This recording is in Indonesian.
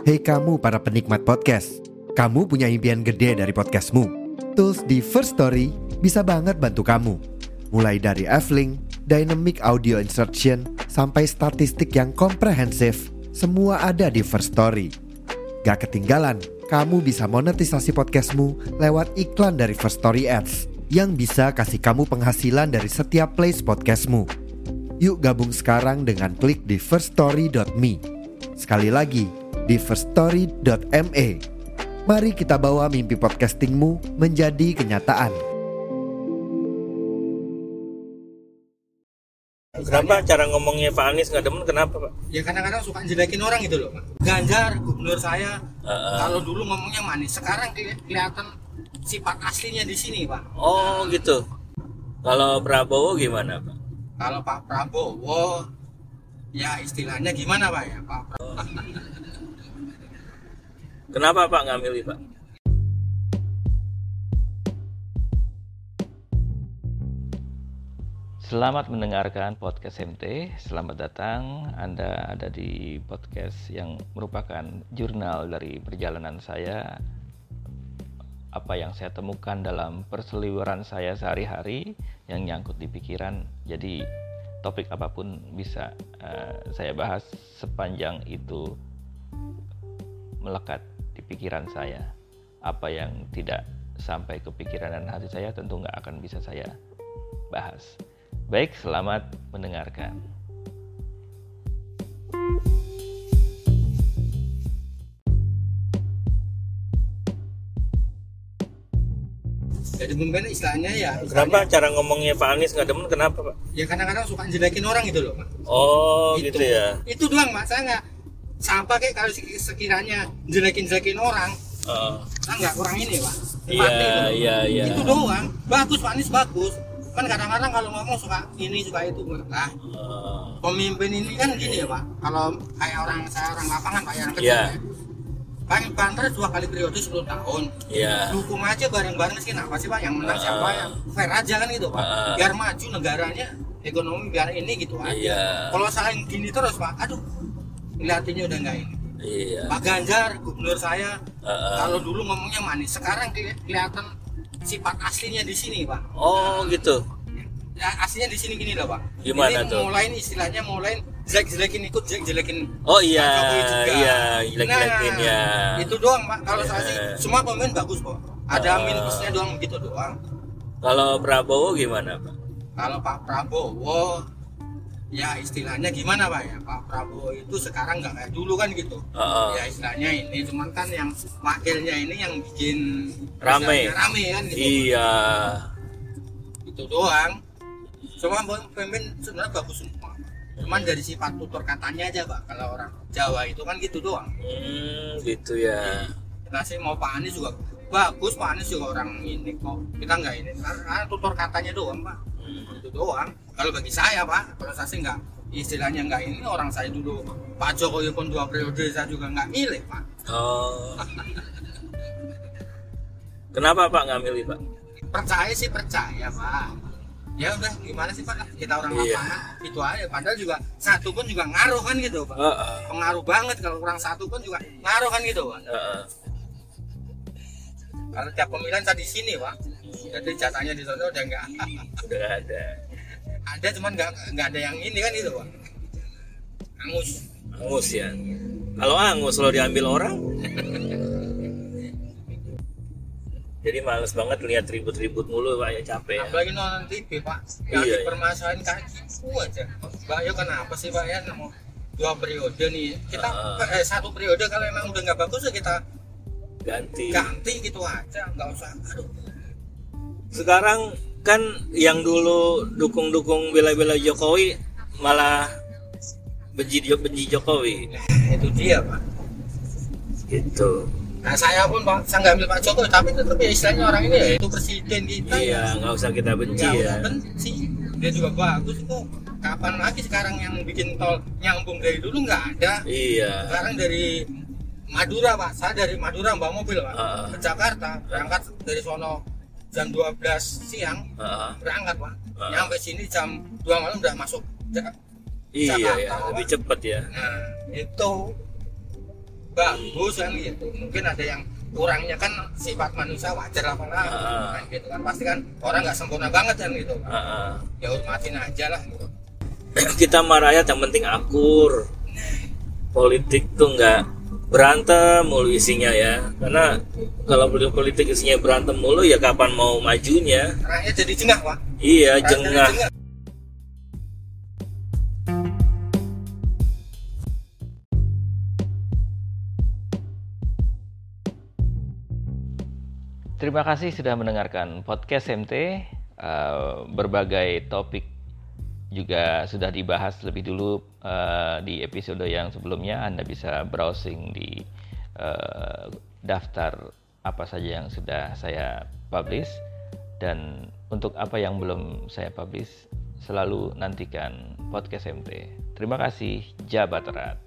Hei kamu para penikmat podcast, kamu punya impian gede dari podcastmu. Tools di First Story bisa banget bantu kamu. Mulai dari F-Link, Dynamic Audio Insertion, sampai statistik yang komprehensif, semua ada di First Story. Gak ketinggalan, kamu bisa monetisasi podcastmu lewat iklan dari First Story Ads yang bisa kasih kamu penghasilan dari setiap plays podcastmu. Yuk gabung sekarang dengan klik di firststory.me. Sekali lagi, di firststory.me. Mari kita bawa mimpi podcastingmu menjadi kenyataan. Kenapa cara ngomongnya Pak Anies nggak demen? Kenapa Pak? Ya kadang-kadang suka jelekin orang gitu loh Pak. Ganjar, gubernur saya, kalau dulu ngomongnya manis, sekarang kelihatan sifat aslinya di sini Pak. Oh gitu. Kalau Prabowo gimana Pak? Kalau Pak Prabowo, ya istilahnya gimana Pak ya Pak Prabowo. Kenapa Pak nggak milih Pak? Selamat mendengarkan podcast MT. Selamat datang. Anda ada di podcast yang merupakan jurnal dari perjalanan saya. Apa yang saya temukan dalam perseliweran saya sehari-hari yang nyangkut di pikiran. Jadi topik apapun bisa saya bahas sepanjang itu melekat di pikiran saya. Apa yang tidak sampai ke pikiran dan hati saya tentu nggak akan bisa saya bahas. Baik, selamat mendengarkan. Jadi mungkin istilahnya ya. Kenapa cara ngomongnya Pak Anies nggak demen? Kenapa Pak? Ya kadang-kadang suka jelekin orang gitu loh Pak. Oh gitu ya. Itu doang Pak, saya nggak sampai kayak kalau sekiranya jelekin orang. Nggak kurang ini Pak. Iya. Itu doang. Bagus Pak Anies bagus. Kan kadang-kadang kalau ngomong suka ini suka itu nah, pemimpin ini kan gini ya Pak, kalau kayak saya orang lapangan Pak yang kecil ya Pak Banter 2 kali periode 10 tahun dukung aja bareng-bareng sih apa sih Pak yang menang siapa yang fair aja kan gitu Pak, biar maju negaranya ekonomi biar ini gitu aja. Kalau saling gini terus Pak, aduh ngeliatinnya udah nggak ini. Pak Ganjar, gubernur saya, kalau dulu ngomongnya manis, sekarang kelihatan sifat aslinya di sini Pak. Oh gitu. Ya, aslinya di sini gini lah Pak. Gimana ini tuh? Istilahnya jelek-jelekin jelek-jelekin. Oh iya, jelek-jelekin ya. Itu doang Pak. Kalau saya sih semua pemain bagus kok. Ada minusnya doang gitu doang. Kalau Prabowo gimana Pak? Kalau Pak Prabowo, ya istilahnya gimana Pak ya? Pak Prabowo itu sekarang nggak kayak dulu kan gitu. Ya istilahnya ini cuman kan yang wakilnya ini yang bikin rame kan gitu. Iya. Itu doang. Cuma pemimpin sebenarnya bagus semua. Cuman dari sifat tutur katanya aja Pak. Kalau orang Jawa itu kan gitu doang. Gitu ya. Kita sih mau Pak Anies juga bagus, Pak Anies juga orang ini kok. Kita nggak ini karena tutur katanya doang Pak. Itu doang. Kalau bagi saya Pak, kalau saya sih nggak, istilahnya nggak ini, orang saya dulu Pak Jokowi pun 2 periode saya juga nggak milih Pak. Oh. Kenapa Pak nggak milih Pak? Percaya sih percaya Pak. Ya udah gimana sih Pak, kita orang lapangan itu aja. Padahal juga satu pun juga ngaruh kan gitu Pak. Pengaruh banget kalau kurang satu pun juga ngaruh kan gitu Pak. Kalau tiap pemilihan saya di sini Pak, jadi jatahnya di sana udah nggak ada. Ada cuman nggak ada yang ini kan gitu Pak. Angus ya. Kalau angus lo diambil orang, jadi males banget lihat ribut-ribut mulu Pak, ya capek. Apalagi nonton TV Pak, yang dipermasalahin kaki aja. Mbak Yo kenapa sih Pak ya, mau 2 periode nih kita 1 periode kalau emang udah nggak bagus ya kita ganti gitu aja, nggak usah. Aduh. Sekarang kan yang dulu dukung bela-bela Jokowi malah benci Jokowi. Itu dia Pak. Gitu. Nah saya pun Pak, saya nggak ambil Pak Jokowi, tapi tetap ya istilahnya orang ini ya itu presiden kita. Iya, nggak usah kita benci ya. Benci. Dia juga bagus kok. Kapan lagi sekarang yang bikin tol nyambung dari dulu nggak ada. Iya. Sekarang dari Madura Pak, saya dari Madura bawa mobil Pak ke Jakarta, berangkat dari sono jam 12 siang berangkat Pak, nyampe sini jam 2 malam udah masuk Iya ya, lebih cepat ya. Nah, itu bagus kan gitu. Mungkin ada yang kurangnya kan sifat manusia wajar lah kan gitu kan. Pasti kan orang nggak sempurna banget kan gitu. Ya hormatin aja lah gitu. Kita mah rakyat yang penting akur. Politik tuh nggak berantem mulu isinya ya. Karena kalau politik isinya berantem mulu ya kapan mau majunya? Rakyat jadi jengah, Pak. Iya, jengah. Terima kasih sudah mendengarkan podcast MT. Berbagai topik juga sudah dibahas lebih dulu di episode yang sebelumnya. Anda bisa browsing di daftar apa saja yang sudah saya publish. Dan untuk apa yang belum saya publish, selalu nantikan podcast MT. Terima kasih, Jabat Erat.